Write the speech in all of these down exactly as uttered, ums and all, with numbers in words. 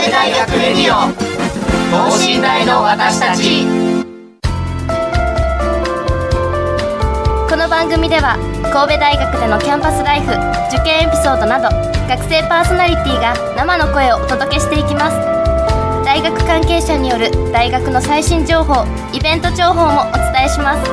神戸大学レディオ等身大の私たち。 この番組では神戸大学でのキャンパスライフ、受験エピソードなど学生パーソナリティが生の声をお届けしていきます。大学関係者による大学の最新情報、イベント情報もお伝えします。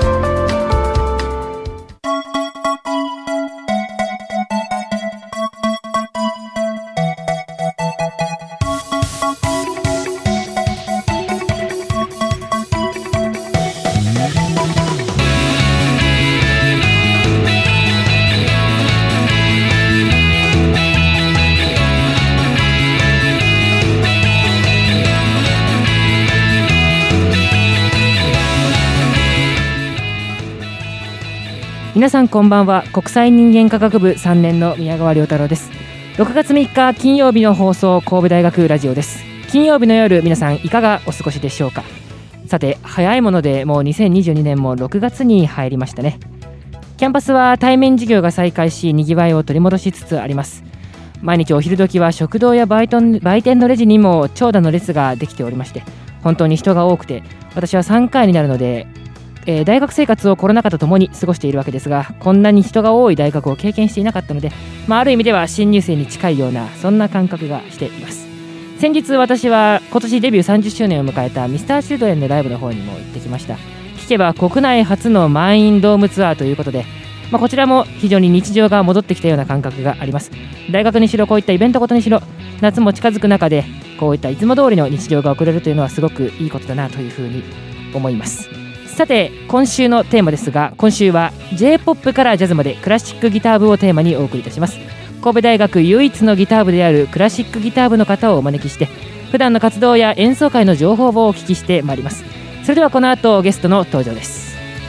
皆さんこんばんは。国際人間科学部さんねんの宮川亮太郎です。ろくがつみっか金曜日の放送、神戸大学ラジオです。金曜日の夜、皆さんいかがお過ごしでしょうか。さて、早いものでもうにせんにじゅうにねんもろくがつに入りましたね。キャンパスは対面授業が再開し、にぎわいを取り戻しつつあります。毎日お昼時は食堂や売店のレジにも長蛇の列ができておりまして、本当に人が多くて、私はさんかいになるのでえー、大学生活をコロナ禍とともに過ごしているわけですが、こんなに人が多い大学を経験していなかったので、まあ、ある意味では新入生に近いような、そんな感覚がしています。先日私は今年デビューさんじゅっしゅうねんを迎えたミスターチルドレンのライブの方にも行ってきました。聞けば国内初の満員ドームツアーということで、まあ、こちらも非常に日常が戻ってきたような感覚があります。大学にしろ、こういったイベントごとにしろ、夏も近づく中でこういったいつも通りの日常が送れるというのはすごくいいことだなというふうに思います。さて、今週のテーマですが、今週は ジェイポップ からジャズまでクラシックギター部をテーマにお送りいたします。神戸大学唯一のギター部であるクラシックギター部の方をお招きして、普段の活動や演奏会の情報をお聞きしてまいります。それではこの後ゲストの登場です。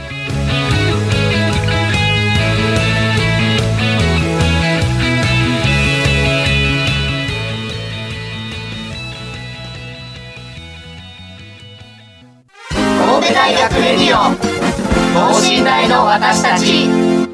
神戸大学レディオ等身大の私たち。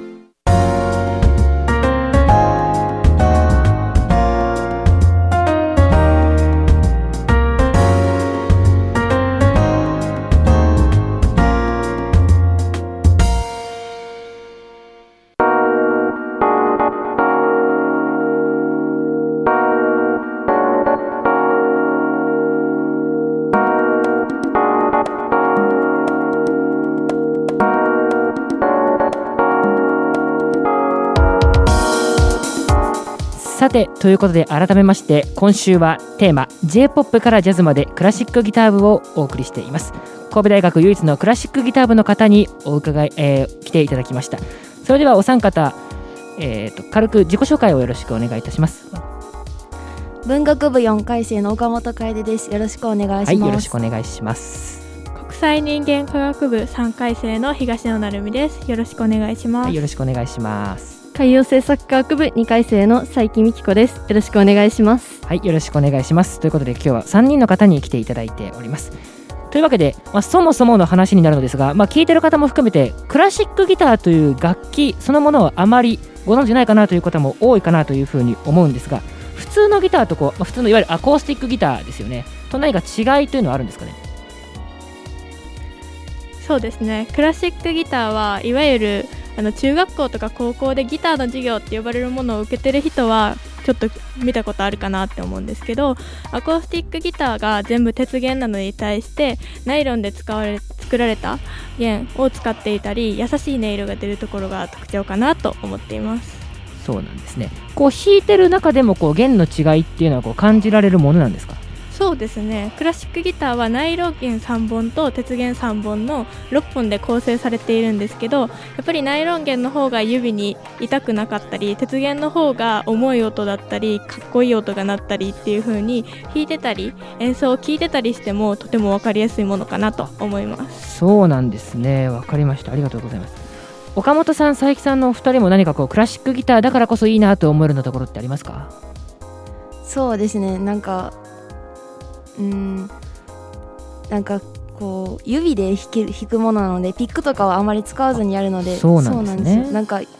さて、ということで改めまして今週はテーマ ジェイポップ からジャズまでクラシックギター部をお送りしています。神戸大学唯一のクラシックギター部の方にお伺い、えー、来ていただきました。それではお三方、えー、と軽く自己紹介をよろしくお願いいたします。 文学部よんかい生の岡本楓です。よろしくお願いします。 はい、よろしくお願いします。 国際人間科学部さんかい生の東野成美です。よろしくお願いします。 はい、よろしくお願いします。 海洋政策科学部にかい生の佐伯美希子です。よろしくお願いします。 はい、よろしくお願いします。ということで今日はさんにんの方に来ていただいております。というわけで、まあ、そもそもの話になるのですが、まあ、聞いてる方も含めてクラシックギターという楽器そのものをあまりご存じないかなという方も多いかなというふうに思うんですが、普通のギターとこう、まあ、普通のいわゆるアコースティックギターですよねと何か違いというのはあるんですかね。 そうですね、クラシックギターはいわゆるあの中学校とか高校でギターの授業って呼ばれるものを受けてる人はちょっと見たことあるかなって思うんですけど、アコースティックギターが全部鉄弦なのに対してナイロンで使われ作られた弦を使っていたり、優しい音色が出るところが特徴かなと思っています。 そうなんですね。こう弾いてる中でもこう弦の違いっていうのはこう感じられるものなんですか。 そうですね、クラシックギターはナイロン弦さんぼんと鉄弦さんぼんのろっぽんで構成されているんですけど、やっぱりナイロン弦の方が指に痛くなかったり、鉄弦の方が重い音だったりかっこいい音が鳴ったりっていう風に弾いてたり演奏を聴いてたりしてもとても分かりやすいものかなと思います。 そうなんですね、分かりました。ありがとうございます。岡本さん、佐伯さんのお二人も何かこうクラシックギターだからこそいいなと思えるようなところってありますか。 そうですね、なんかうーんなんかこう指で弾ける弾くものなので、ピックとかはあまり使わずにやるので、 そうなんですね。 そうなんですよ。なんか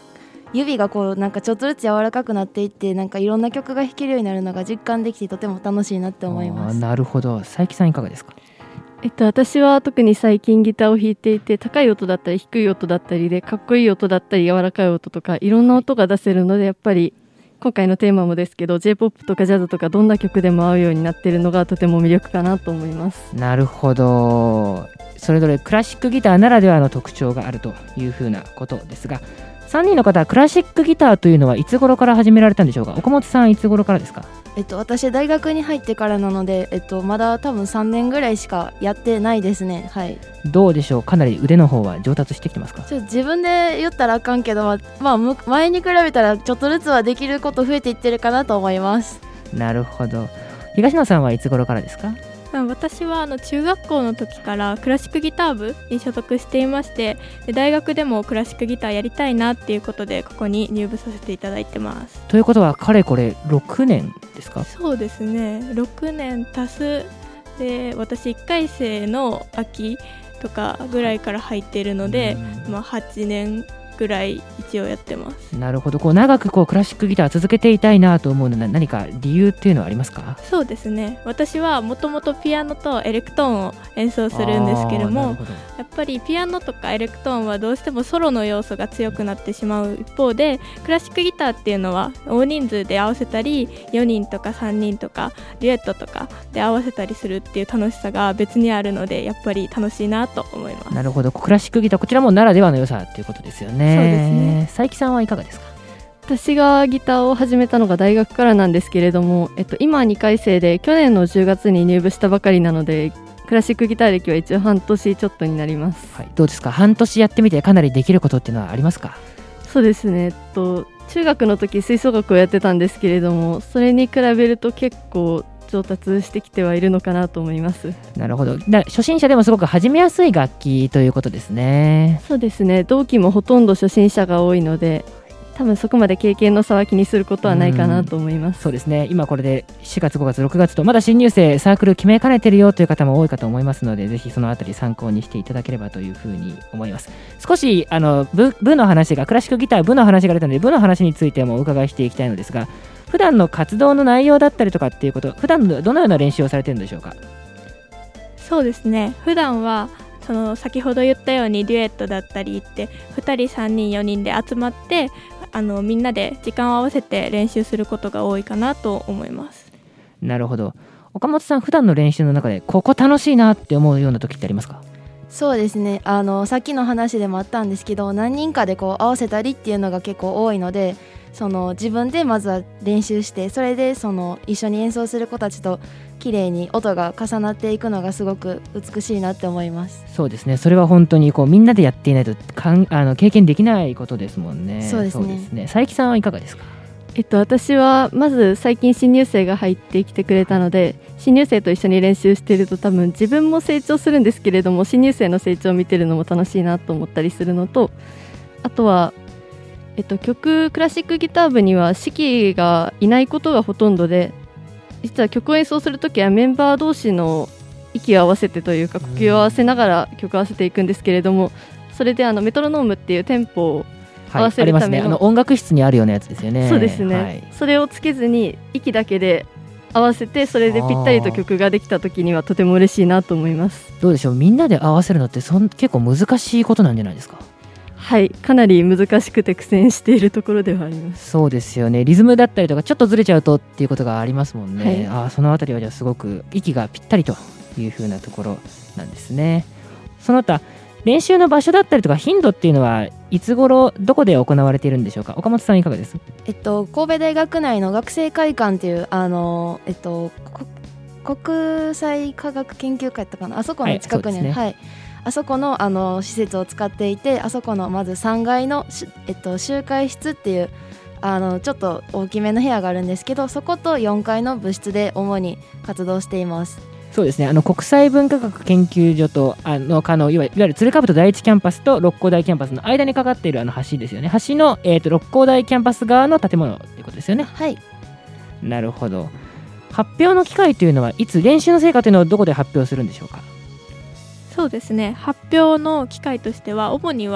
指がこうなんかちょっとずつ柔らかくなっていって、なんかいろんな曲が弾けるようになるのが実感できてとても楽しいなって思います。 あなるほど。佐伯さんいかがですか？ えっと、私は特に最近ギターを弾いていて、高い音だったり低い音だったりで、かっこいい音だったり柔らかい音とかいろんな音が出せるので、やっぱり今回のテーマもですけど J-ポップ とかジャズとかどんな曲でも合うようになっているのがとても魅力かなと思います。 なるほど。それぞれクラシックギターならではの特徴があるというふうなことですが、さんにんの方はクラシックギターというのはいつ頃から始められたんでしょうか？岡本さんいつ頃からですか？ えっと、私大学に入ってからなので、えっと、まだ多分さんねんぐらいしかやってないですね。はい。 どうでしょう？かなり腕の方は上達してきてますか？ ちょ自分で言ったらあかんけど、まあ、む前に比べたらちょっとずつはできること増えていってるかなと思います。 なるほど。東野さんはいつ頃からですか？ まあ私はあの中学校の時からクラシックギター部に所属していまして、で大学でもクラシックギターやりたいなっていうことでここに入部させていただいてます。 ということはかれこれろくねんですか？ そうですね、ろくねん足すで、私いっかい生の秋とかぐらいから入っているので、まあ、はちねんぐらい一応やってます。 なるほど。こう長くこうクラシックギター続けていたいなと思うのは何か理由っていうのはありますか？ そうですね、私はもともとピアノとエレクトーンを演奏するんですけども、どやっぱりピアノとかエレクトーンはどうしてもソロの要素が強くなってしまう一方で、クラシックギターっていうのは大人数で合わせたりよにんとかさんにんとかデュエットとかで合わせたりするっていう楽しさが別にあるので、やっぱり楽しいなと思います。 なるほど。クラシックギターこちらもならではの良さっていうことですよね。 そうですね。 佐伯さんはいかがですか？ 私がギターを始めたのが大学からなんですけれども、えっと、今はにかい生で去年のじゅうがつに入部したばかりなので、クラシックギター歴は一応半年ちょっとになります。 はい、どうですか？半年やってみてかなりできることっていうのはありますか？ そうですね、えっと、中学の時吹奏楽をやってたんですけれども、それに比べると結構上達してきてはいるのかなと思います。 なるほど。だ初心者でもすごく始めやすい楽器ということですね。 そうですね、同期もほとんど初心者が多いので、多分そこまで経験の差は気にすることはないかなと思います。 そうですね。今これでしがつごがつろくがつとまだ新入生サークル決めかねてるよという方も多いかと思いますので、ぜひそのあたり参考にしていただければというふうに思います。少しあの 部, 部の話がクラシックギター部の話が出たので、部の話についてもお伺いしていきたいのですが、普段の活動の内容だったりとかっていうこと、普段どのような練習をされているんでしょうか？ そうですね、普段はその先ほど言ったようにデュエットだったりってふたりさんにんよにんで集まってあのみんなで時間を合わせて練習することが多いかなと思います。 なるほど。岡本さん、普段の練習の中でここ楽しいなって思うような時ってありますか？ そうですね、あのさっきの話でもあったんですけど、何人かでこう合わせたりっていうのが結構多いので、その自分でまずは練習して、それでその一緒に演奏する子たちと綺麗に音が重なっていくのがすごく美しいなって思います。 そうですね、それは本当にこうみんなでやっていないとかんあの経験できないことですもんね。 そうですね。 そうですね。佐伯さんはいかがですか？ えっと、私はまず最近新入生が入ってきてくれたので、新入生と一緒に練習していると多分自分も成長するんですけれども、新入生の成長を見てるのも楽しいなと思ったりするのと、あとは、えっと、曲クラシックギター部には指揮がいないことがほとんどで、実は曲を演奏するときはメンバー同士の息を合わせてというか呼吸を合わせながら曲を合わせていくんですけれども、それであのメトロノームっていうテンポを合わせるための、はい、ありますね、 あの音楽室にあるようなやつですよね。 そうですね、 はい、 それをつけずに息だけで合わせて、それでぴったりと曲ができた時にはとても嬉しいなと思います。 どうでしょう、みんなで合わせるのってそん結構難しいことなんじゃないですか？ はい、かなり難しくて苦戦しているところではあります。 そうですよね、リズムだったりとかちょっとずれちゃうとっていうことがありますもんね、はい、あそのあたりはじゃあすごく息がぴったりという風なところなんですね。その他練習の場所だったりとか頻度っていうのはいつ頃どこで行われているんでしょうか？岡本さんいかがです？ えっと、神戸大学内の学生会館というあの、えっと、国際科学研究会だったかな、あそこの近くにある、はい、あそこの、あの施設を使っていて、あそこのまずさんがいの、えっと、集会室っていうあのちょっと大きめの部屋があるんですけど、そことよんかいの部室で主に活動しています。 そうですね、あの国際文化学研究所とあのあのいわゆる鶴兜第一キャンパスと六甲台キャンパスの間にかかっているあの橋ですよね。橋の、えー、と六甲台キャンパス側の建物ということですよね。 はい、 なるほど。発表の機会というのはいつ、練習の成果というのはどこで発表するんでしょうか？ そうですね、発表の機会としては主には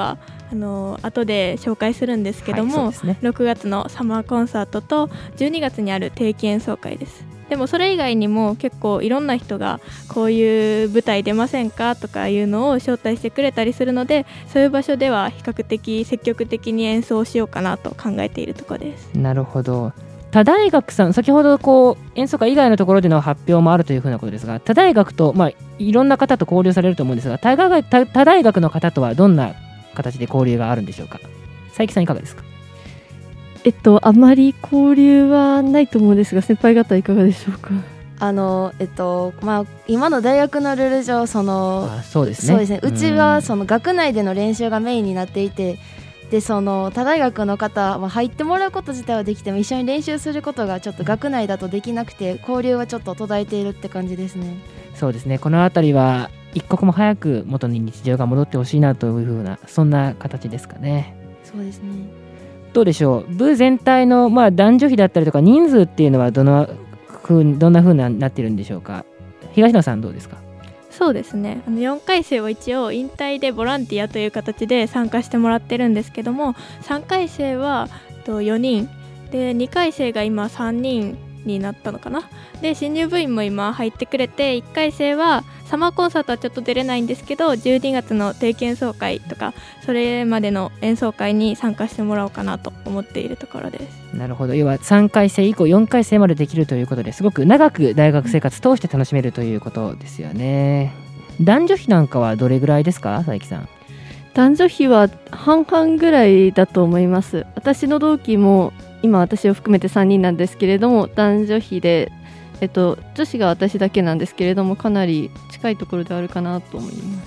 あの後で紹介するんですけども、はいね、ろくがつのサマーコンサートとじゅうにがつにある定期演奏会です。でもそれ以外にも結構いろんな人がこういう舞台出ませんかとかいうのを招待してくれたりするので、そういう場所では比較的積極的に演奏しようかなと考えているところです。 なるほど。他大学さん、先ほどこう演奏会以外のところでの発表もあるというふうなことですが、他大学と、まあ、いろんな方と交流されると思うんですが、他大 他, 他大学の方とはどんな形で交流があるんでしょうか。佐伯さんいかがですか。 えっとあまり交流はないと思うんですが、先輩方いかがでしょうか。 あのえっとまあ、今の大学のルール上そのあそうですね、 そうですね、うちはその学内での練習がメインになっていて、でその他大学の方、まあ、入ってもらうこと自体はできても一緒に練習することがちょっと学内だとできなくて、交流はちょっと途絶えているって感じですね。 そうですね、このあたりは一刻も早く元に日常が戻ってほしいなというふうな、そんな形ですかね。 そうですね。 どうでしょう、部全体の、まあ、男女比だったりとか人数っていうのはどのふうどんな風になってるんでしょうか。東野さんどうですか。 そうですね、あのよんかい生は一応引退でボランティアという形で参加してもらってるんですけども、さんかい生はよにんで、にかい生が今さんにんになったのかな。で新入部員も今入ってくれて、いっかい生はサマーコンサートはちょっと出れないんですけど、じゅうにがつの定期演奏会とかそれまでの演奏会に参加してもらおうかなと思っているところです。 なるほど、要はさんかい生以降よんかい生までできるということで、すごく長く大学生活通して楽しめるということですよね。男女比なんかはどれぐらいですか、佐伯さん。 男女比は半々ぐらいだと思います。私の同期も今私を含めてさんにんなんですけれども、男女比で、えっと、女子が私だけなんですけれども、かなり近いところであるかなと思います。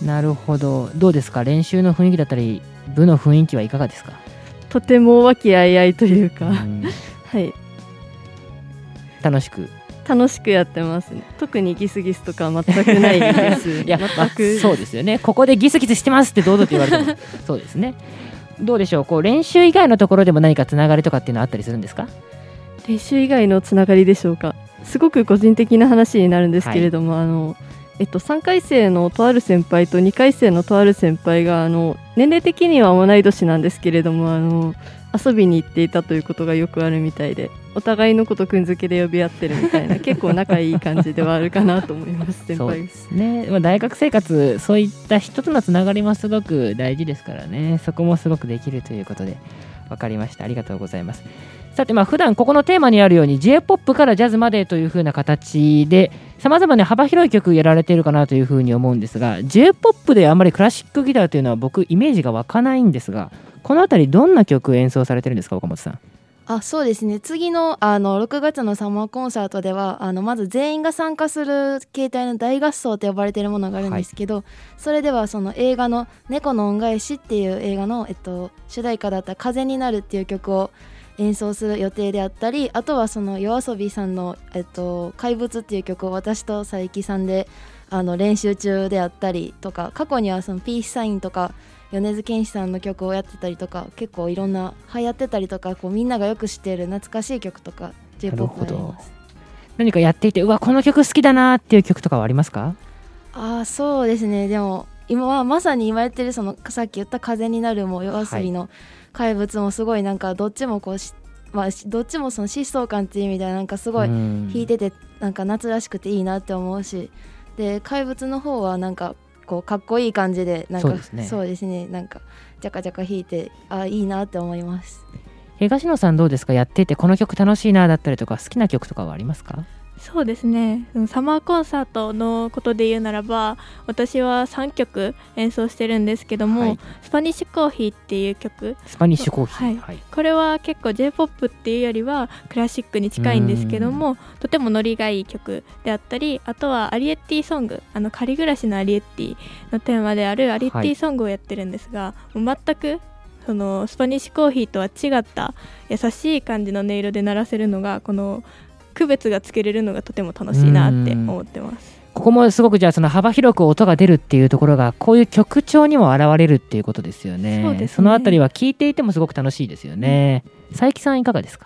なるほど。どうですか、練習の雰囲気だったり部の雰囲気はいかがですか。 とても和気あいあいというか、うん、はい、 楽しく楽しくやってますね。特にギスギスとかは全くないです。 いや、全くそうですよね。ここでギスギスしてますってどうぞって言われてもそうですね。どうでしょう、こう練習以外のところでも何かつながりとかっていうのはあったりするんですか。 練習以外のつながりでしょうか。すごく個人的な話になるんですけれども、はい、あのえっと、さんかい生のとある先輩とにかい生のとある先輩があの年齢的には同い年なんですけれども、あの遊びに行っていたということがよくあるみたいで、お互いのことくんづけで呼び合ってるみたいな結構仲いい感じではあるかなと思います先輩。 そうですね、まあ、大学生活そういった人とのつながりもすごく大事ですからね、そこもすごくできるということで分かりました。ありがとうございます。さて、まあ普段ここのテーマにあるように ジェイポップ からジャズまでという風な形でさまざまな幅広い曲やられているかなという風に思うんですが、 ジェイポップ であんまりクラシックギターというのは僕イメージが湧かないんですが、このあたりどんな曲演奏されてるんですか、岡本さん。 あそうですね、次 の, あのろくがつのサマーコンサートではあのまず全員が参加する形態の大合奏と呼ばれているものがあるんですけど、はい、それではその映画の猫の恩返しっていう映画の、えっと、主題歌だった風になるっていう曲を演奏する予定であったり、あとはそのYOASOBIさんの、えっと、怪物っていう曲を私と佐伯さんであの練習中であったりとか、過去にはそのピースサインとか米津玄師さんの曲をやってたりとか、結構いろんな流行ってたりとか、こうみんながよく知っている懐かしい曲とか ジェイポップ があります。 何かやっていてうわこの曲好きだなっていう曲とかはありますか。 あそうですね、でも今はまさに今やってるそのさっき言った風になるもYOASOBIの怪物もすごいなんかどっちもこうし、まあ、どっちもその疾走感っていう意味ではなんかすごい弾いててなんか夏らしくていいなって思うし、で怪物の方はなんかこうかっこいい感じでなんかそうですね、そうですね、なんかジャカジャカ弾いてあいいなって思います。 東野さんどうですか、やっていてこの曲楽しいなだったりとか好きな曲とかはありますか。 そうですね、サマーコンサートのことで言うならば私はさんきょく演奏してるんですけども、はい、スパニッシュコーヒーっていう曲、 スパニッシュコーヒー、 はいはい、これは結構 ジェイポップ っていうよりはクラシックに近いんですけども、とてもノリがいい曲であったり、あとはアリエッティソング、あの仮暮らしのアリエッティのテーマであるアリエッティソングをやってるんですが、はい、もう全くそのスパニッシュコーヒーとは違った優しい感じの音色で鳴らせるのが、この区別がつけれるのがとても楽しいなって思ってます。 ここもすごくじゃあその幅広く音が出るっていうところがこういう曲調にも現れるっていうことですよね。 そうですね、そのあたりは聴いていてもすごく楽しいですよね、うん、佐伯さんいかがですか。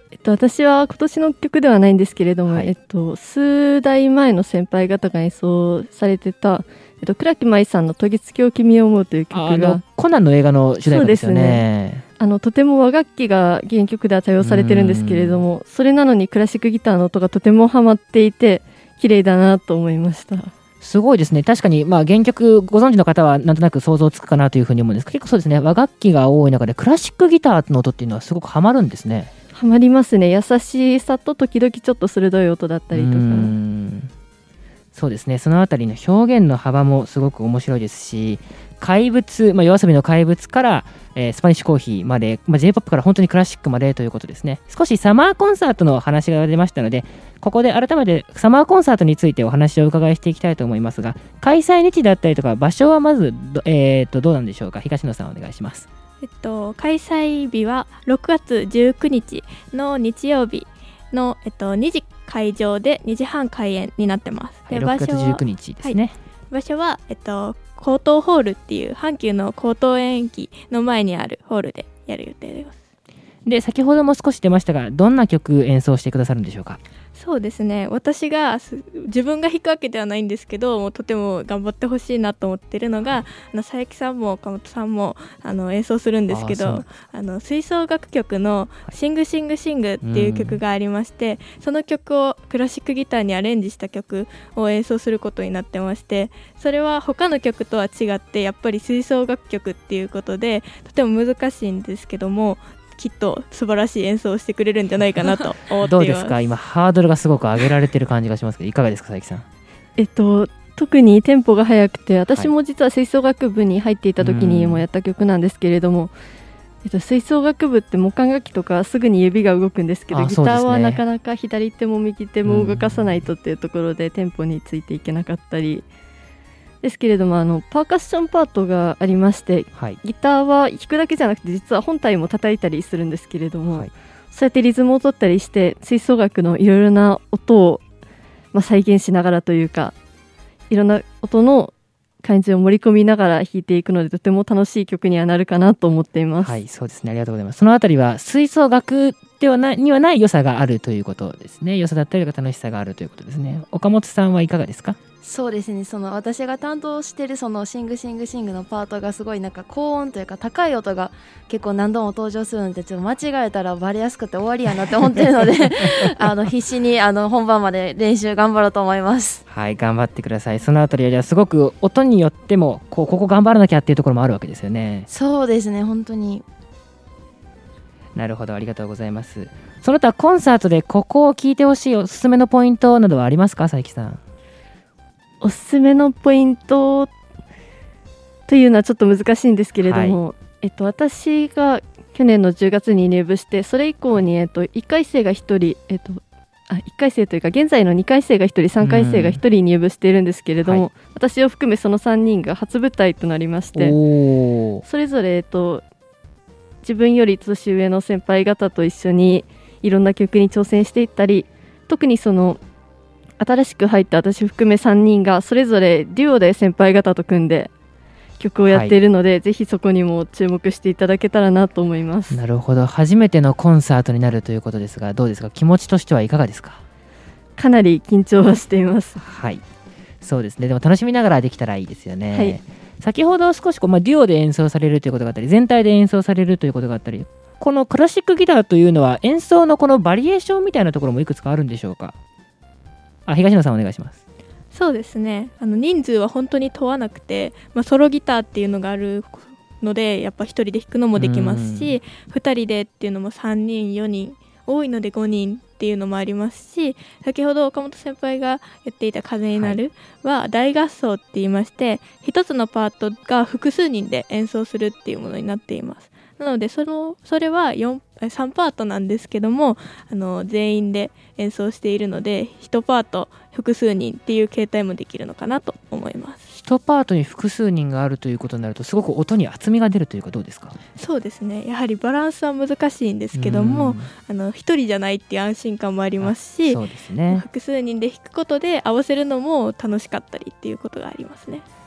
えっと、私は今年の曲ではないんですけれども、はい、えっと、数代前の先輩方が演奏されてた、えっと、倉木舞さんの渡月橋君を思うという曲が、あのコナンの映画の主題歌ですよね。そうですね。 あのとても和楽器が原曲では多用されてるんですけれども、それなのにクラシックギターの音がとてもハマっていて綺麗だなと思いました。 すごいですね。確かに、まあ、原曲ご存知の方はなんとなく想像つくかなというふうに思うんですけど、結構そうですね、和楽器が多い中でクラシックギターの音っていうのはすごくハマるんですね。 ハマりますね。優しさと時々ちょっと鋭い音だったりとか。うーん、そうですね。そのあたりの表現の幅もすごく面白いですし、怪物、まあ、夜遊びの怪物から、えー、スパニッシュコーヒーまで、まあ、J-ポップ から本当にクラシックまでということですね。少しサマーコンサートの話が出ましたので、ここで改めてサマーコンサートについてお話をお伺いしていきたいと思いますが、開催日だったりとか場所はまず ど,、えー、とどうなんでしょうか。東野さんお願いします。 えっと、開催日はろくがつじゅうくにちの日曜日の、えっと、にじ会場でにじはん開演になってます。 で、はい、ろくがつじゅうくにちですね。はい、 場所は、えっと、高等ホールっていう阪急の高等演劇の前にあるホールでやる予定です。 で、先ほども少し出ましたが、どんな曲演奏してくださるんでしょうか。 そうですね、私が自分が弾くわけではないんですけど、もうとても頑張ってほしいなと思ってるのが、あの佐伯さんも岡本さんもあの演奏するんですけど、あの吹奏楽曲のシングシングシングっていう曲がありまして、はい、その曲をクラシックギターにアレンジした曲を演奏することになってまして、それは他の曲とは違ってやっぱり吹奏楽曲っていうことでとても難しいんですけども、きっと素晴らしい演奏をしてくれるんじゃないかなと思っています。 どうですか、今ハードルがすごく上げられてる感じがしますけど、いかがですか佐伯さん。 えっと特にテンポが速くて、私も実は吹奏楽部に入っていた時にもやった曲なんですけれども、えっと、吹奏楽部って木管楽器とかすぐに指が動くんですけど、ギターはなかなか左手も右手も動かさないとっていうところでテンポについていけなかったりですけれども、あのパーカッションパートがありまして、はい、ギターは弾くだけじゃなくて実は本体も叩いたりするんですけれども、はい、そうやってリズムを取ったりして吹奏楽のいろいろな音を、まあ、再現しながらというか、いろんな音の感じを盛り込みながら弾いていくので、とても楽しい曲にはなるかなと思っています。 はい、そうですね、ありがとうございます。そのあたりは吹奏楽ではないにはない良さがあるということですね。良さだったりとか楽しさがあるということですね。岡本さんはいかがですか。 そうですね、その私が担当してるそのシングシングシングのパートがすごいなんか高音というか高い音が結構何度も登場するので、ちょっと間違えたらバレやすくて終わりやなって思ってるのであの必死にあの本番まで練習頑張ろうと思います。 はい、頑張ってください。そのあたりはじゃあすごく音によってもこうここ頑張らなきゃっていうところもあるわけですよね。 そうですね、本当に。 なるほど、ありがとうございます。その他コンサートでここを聴いてほしいおすすめのポイントなどはありますか、佐伯さん。 おすすめのポイントというのはちょっと難しいんですけれども、はい、えっと、私が去年のじゅうがつに入部して、それ以降に、えっと、いっかい生がひとり、えっと、あいっかい生というか現在のにかい生がひとり、さんかい生がひとり入部しているんですけれども、はい、私を含めそのさんにんが初舞台となりまして、それぞれ、えっと、自分より年上の先輩方と一緒にいろんな曲に挑戦していったり、特にその新しく入った私含めさんにんがそれぞれデュオで先輩方と組んで曲をやっているので、はい、ぜひそこにも注目していただけたらなと思います。 なるほど、初めてのコンサートになるということですが、どうですか、気持ちとしてはいかがですか。 かなり緊張はしています。 はい、そうですね。でも楽しみながらできたらいいですよね。 はい、 先ほど少しこう、まあ、デュオで演奏されるということがあったり、全体で演奏されるということがあったり、このクラシックギターというのは演奏のこのバリエーションみたいなところもいくつかあるんでしょうか。あ、東野さんお願いします。 そうですね、あの人数は本当に問わなくて、まあ、ソロギターっていうのがあるのでやっぱひとりで弾くのもできますし、ふたりでっていうのもさんにんよにん、多いのでごにんっていうのもありますし、先ほど岡本先輩が言っていた風になるは大合奏って言いまして、一つのパートが複数人で演奏するっていうものになっています。なのでそのそれはよんさんパートなんですけども、あの全員で演奏しているのでいちパート複数人っていう形態もできるのかなと思います。 いちパートに複数人があるということになるとすごく音に厚みが出るというか、どうですか。 そうですね、やはりバランスは難しいんですけども、あのひとりじゃないっていう安心感もありますし、 そうですね、 複数人で弾くことで合わせるのも楽しかったりっていうことがありますね。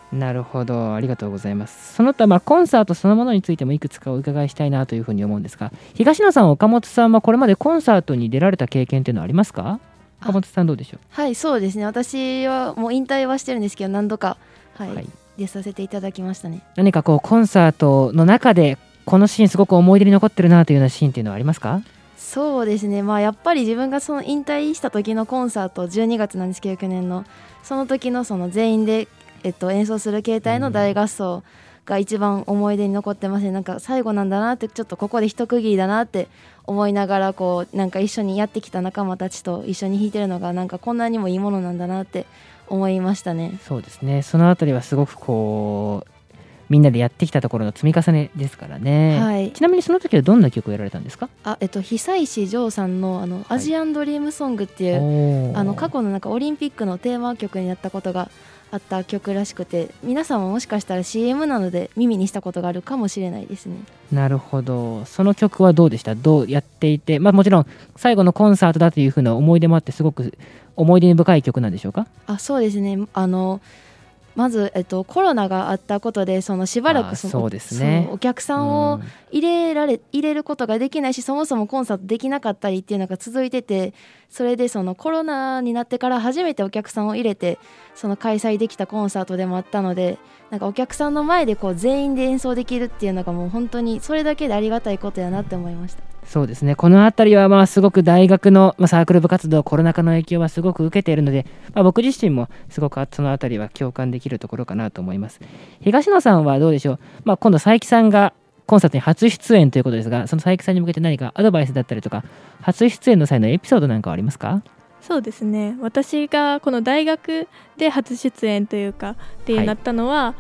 なるほど、ありがとうございます。その他、まあ、コンサートそのものについてもいくつかお伺いしたいなというふうに思うんですが、東野さん、岡本さんはこれまでコンサートに出られた経験というのはありますか？岡本さんどうでしょう？ はい、そうですね。私はもう引退はしてるんですけど、何度か、はいはい、出させていただきましたね。 何かこうコンサートの中でこのシーンすごく思い出に残ってるなというようなシーンっていうのはありますか？ そうですね、まあ、やっぱり自分がその引退した時のコンサートじゅうにがつなんですけど、去年のその時のその全員で、えっと、演奏する形態の大合奏が一番思い出に残ってますね。なんか最後なんだなって、ちょっとここで一区切りだなって思いながら、こうなんか一緒にやってきた仲間たちと一緒に弾いてるのがなんかこんなにもいいものなんだなって思いましたね。 そうですね、そのあたりはすごくこうみんなでやってきたところの積み重ねですからね、はい、ちなみにその時はどんな曲をやられたんですか？ あ、えっと、久石譲さん の, あの、はい、アジアンドリームソングっていうあの過去のなんかオリンピックのテーマ曲になったことがあった曲らしくて、皆さんももしかしたら シーエム なので耳にしたことがあるかもしれないですね。 なるほど、その曲はどうでした？どうやっていて、まあ、もちろん最後のコンサートだというふうな思い出もあって、すごく思い出に深い曲なんでしょうか？あ、 そうですね、あのまず、えっと、コロナがあったことで、そのしばらく そのそうですね、 お客さんを入れられ、入れることができないし、そもそもコンサートできなかったりっていうのが続いてて、それでそのコロナになってから初めてお客さんを入れてその開催できたコンサートでもあったので、なんかお客さんの前でこう全員で演奏できるっていうのがもう本当にそれだけでありがたいことやなって思いました。 そうですね、このあたりはまあすごく大学のサークル部活動、コロナ禍の影響はすごく受けているので、まあ、僕自身もすごくそのあたりは共感できるところかなと思います。東野さんはどうでしょう？まあ、今度佐伯さんがコンサートに初出演ということですが、その佐伯さんに向けて何かアドバイスだったりとか、初出演の際のエピソードなんかはありますか？ そうですね、私がこの大学で初出演というかっていうなったのは、はい、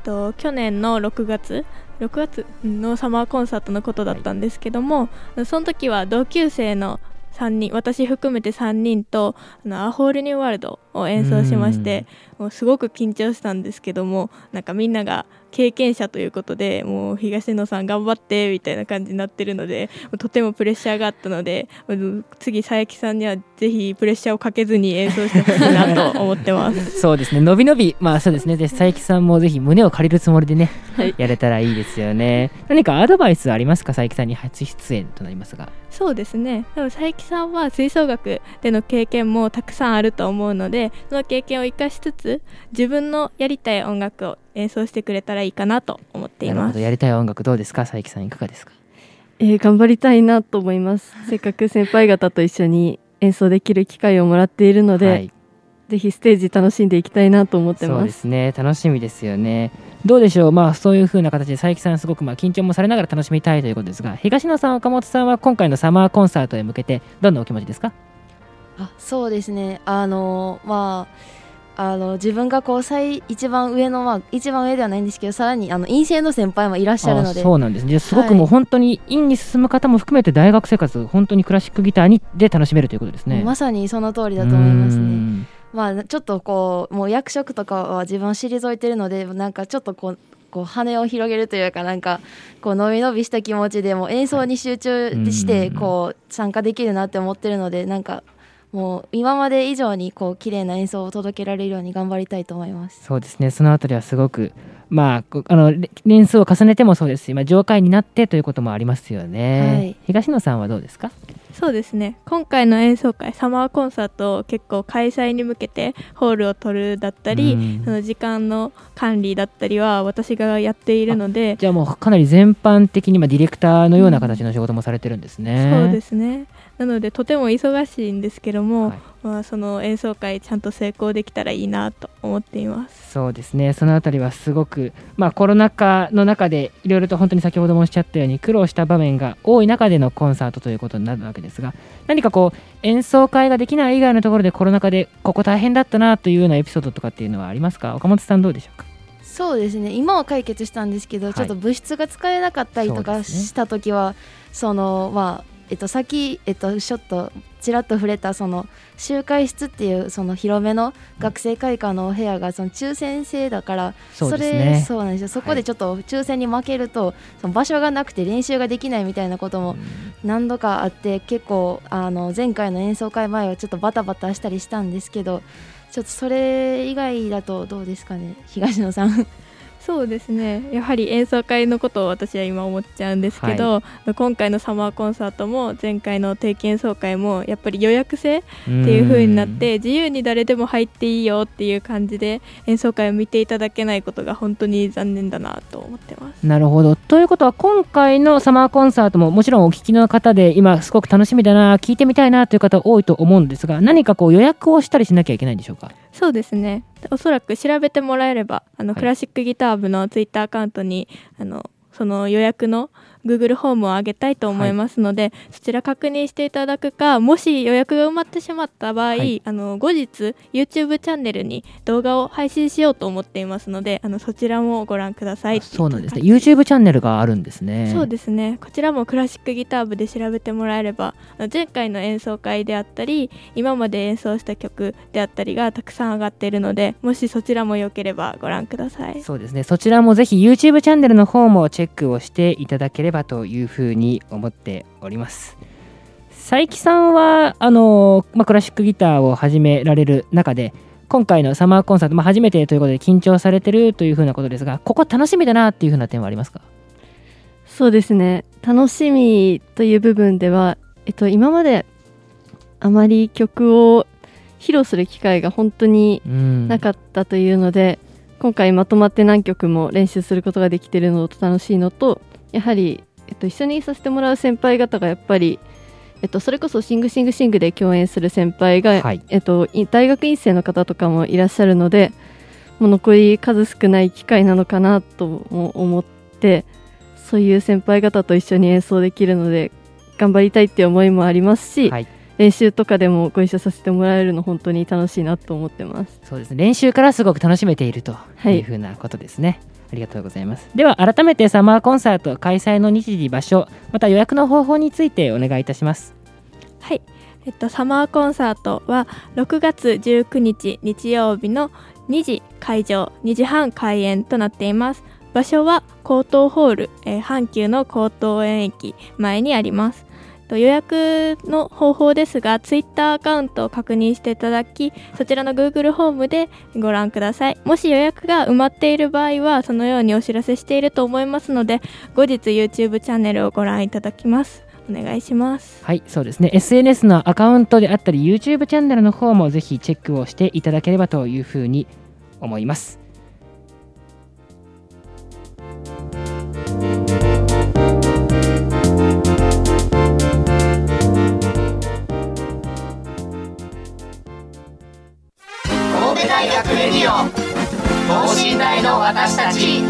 と去年のろくがつろくがつのサマーコンサートのことだったんですけども、はい、その時は同級生のさんにん、私含めてさんにんとあのアホールニューワールドを演奏しまして、もうすごく緊張したんですけども、なんかみんなが経験者ということで、もう東野さん頑張ってみたいな感じになってるので、とてもプレッシャーがあったので、次佐伯さんにはぜひプレッシャーをかけずに演奏してほしいなと思ってますそうですね、のびのび、まあそうですね、で佐伯さんもぜひ胸を借りるつもりでね、はい、やれたらいいですよね。何かアドバイスありますか？佐伯さんに初出演となりますが。 そうですね、多分佐伯さんは吹奏楽での経験もたくさんあると思うので、その経験を生かしつつ自分のやりたい音楽を演奏してくれたらいいかなと思っています。 なるほど、やりたい音楽どうですか？佐伯さんいかがですか？ えー、頑張りたいなと思います。せっかく先輩方と一緒に演奏できる機会をもらっているので、はい、ぜひステージ楽しんでいきたいなと思ってます。 そうですね、楽しみですよね。どうでしょう、まあ、そういう風な形で佐伯さんすごくまあ緊張もされながら楽しみたいということですが、東野さん、岡本さんは今回のサマーコンサートへ向けてどんなお気持ちですか？ あ、そうですね、あのまああの自分がこう最一番上の、まあ、一番上ではないんですけど、さらにあの院生の先輩もいらっしゃるので。 あ、そうなんですね。すごくもう本当に院に進む方も含めて大学生活、本当にクラシックギターにで楽しめるということですね。 まさにその通りだと思いますね。まあ、ちょっとこうもう役職とかは自分は退いてるので、なんかちょっとこうこう羽を広げるというか、なんかこうのびのびした気持ちでも演奏に集中してこう参加できるなって思ってるので、なんかもう今まで以上にこう綺麗な演奏を届けられるように頑張りたいと思います。 そうですね、そのあたりはすごく、まあ、あの年数を重ねてもそうですし、まあ、上階になってということもありますよね、はい、東野さんはどうですか？ そうですね、今回の演奏会サマーコンサートを結構開催に向けてホールを取るだったり、その時間の管理だったりは私がやっているので。 じゃあもうかなり全般的にまあディレクターのような形の仕事もされてるんですね、 うん、そうですね、なのでとても忙しいんですけども、はい、まあ、その演奏会ちゃんと成功できたらいいなと思っています。 そうですね、そのあたりはすごく、まあ、コロナ禍の中でいろいろと本当に先ほどもおっしゃったように苦労した場面が多い中でのコンサートということになるわけですが、何かこう演奏会ができない以外のところでコロナ禍でここ大変だったなというようなエピソードとかっていうのはありますか？岡本さんどうでしょうか？ そうですね、今は解決したんですけど、はい、ちょっと物質が使えなかったりとかした時は、そのまあえっと、先、えっと、ちょっとちらっと触れたその集会室っていうその広めの学生会館のお部屋がその抽選制だから、 そうですね、 それそうなんですよ、そこでちょっと抽選に負けると、はい、その場所がなくて練習ができないみたいなことも何度かあって、結構あの前回の演奏会前はちょっとバタバタしたりしたんですけど、 ちょっとそれ以外だとどうですかね、東野さん。 そうですね、やはり演奏会のことを私は今思っちゃうんですけど、はい、今回のサマーコンサートも前回の定期演奏会もやっぱり予約制っていう風になって自由に誰でも入っていいよっていう感じで演奏会を見ていただけないことが本当に残念だなと思ってます。 なるほど。ということは今回のサマーコンサートももちろんお聞きの方で今すごく楽しみだな、聞いてみたいなという方多いと思うんですが、何かこう予約をしたりしなきゃいけないんでしょうか？ そうですね、おそらく調べてもらえればあの、はい、クラシックギター部のツイッターアカウントにあのその予約の Google フォームを上げたいと思いますので、はい、そちら確認していただくか、もし予約が埋まってしまった場合、はい、あの後日 YouTube チャンネルに動画を配信しようと思っていますので、あのそちらもご覧ください。 そうなんですね、 YouTube チャンネルがあるんですね。 そうですね、こちらもクラシックギター部で調べてもらえれば前回の演奏会であったり今まで演奏した曲であったりがたくさん上がっているので、もしそちらもよければご覧ください。 そうですね、そちらもぜひ YouTube チャンネルの方もチェックをしていただければというふうに思っております。佐伯さんはあの、まあ、クラシックギターを始められる中で今回のサマーコンサート、まあ、初めてということで緊張されてるというふうなことですが、ここ楽しみだなっていうふうな点はありますか？ そうですね、楽しみという部分では、えっと、今まであまり曲を披露する機会が本当になかったというので、うん、今回まとまって何曲も練習することができているのと楽しいのと、やはり、えっと、一緒にさせてもらう先輩方がやっぱり、えっと、それこそシングシングシングで共演する先輩が、はい、えっと、大学院生の方とかもいらっしゃるので、もう残り数少ない機会なのかなとも思って、そういう先輩方と一緒に演奏できるので頑張りたいっていう思いもありますし、はい、練習とかでもご一緒させてもらえるの本当に楽しいなと思ってます。 そうですね、練習からすごく楽しめているというふうなことですね、はい、ありがとうございます。では改めてサマーコンサート開催の日時、場所、また予約の方法についてお願いいたします。 はい、えっと、サマーコンサートはろくがつじゅうくにち日曜日のにじ会場、にじはん開演となっています。場所は江東ホール、えー、阪急の江東園駅前にあります。予約の方法ですが、ツイッターアカウントを確認していただき、そちらの Google フォームでご覧ください。もし予約が埋まっている場合はそのようにお知らせしていると思いますので、後日 YouTube チャンネルをご覧いただきます。お願いします。 はい、そうですね、 エスエヌエス のアカウントであったり YouTube チャンネルの方もぜひチェックをしていただければというふうに思います。 神戸大学レディオ等身大の私たち。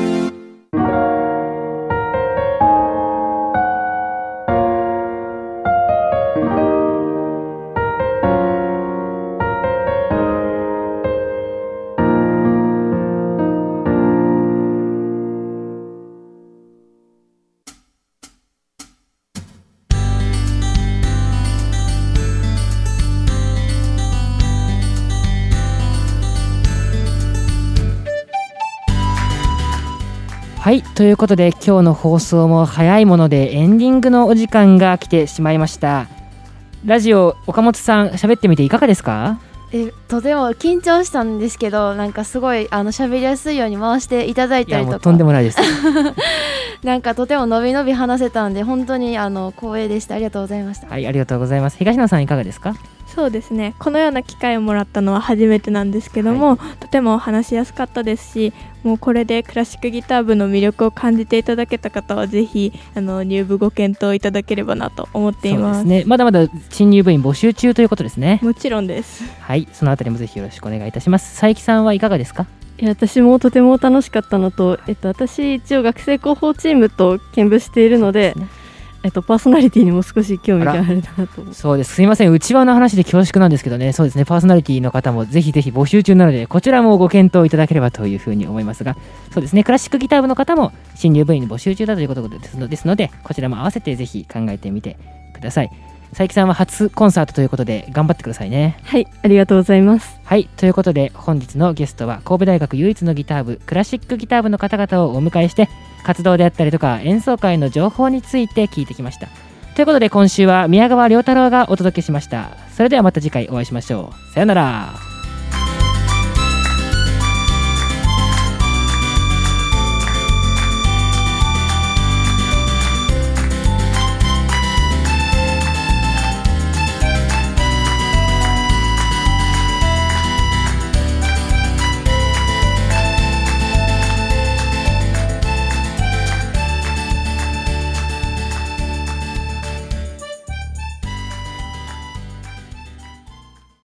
はい、ということで今日の放送も早いものでエンディングのお時間が来てしまいました。ラジオ岡本さん、喋ってみていかがですか？ えとても緊張したんですけど、なんかすごいあの喋りやすいように回していただいたりとか、いやもうとんでもないですなんかとてものびのび話せたんで本当にあの光栄でした。ありがとうございました。 はい、ありがとうございます。東野さんいかがですか？ そうですね、このような機会をもらったのは初めてなんですけども、はい、とても話しやすかったですし、もうこれでクラシックギター部の魅力を感じていただけた方はぜひあの入部ご検討いただければなと思っています。 そうですね、まだまだ新入部員募集中ということですね。 もちろんです。 はい、そのあたりもぜひよろしくお願いいたします。佐伯さんはいかがですか？ いや、私もとても楽しかったのと、えっと、私一応学生広報チームと兼務しているので、えっと、パーソナリティにも少し興味があるなと思う。 そうです、すいません、内輪の話で恐縮なんですけどね、そうですね、パーソナリティの方もぜひぜひ募集中なので、こちらもご検討いただければというふうに思いますが、そうですね、クラシックギター部の方も新入部員募集中だということですので、ですのでこちらも合わせてぜひ考えてみてください。佐伯さんは初コンサートということで頑張ってくださいね。 はい、ありがとうございます。 はい、ということで本日のゲストは神戸大学唯一のギター部クラシックギター部の方々をお迎えして、活動であったりとか演奏会の情報について聞いてきました。ということで今週は宮川亮太郎がお届けしました。それではまた次回お会いしましょう。さよなら。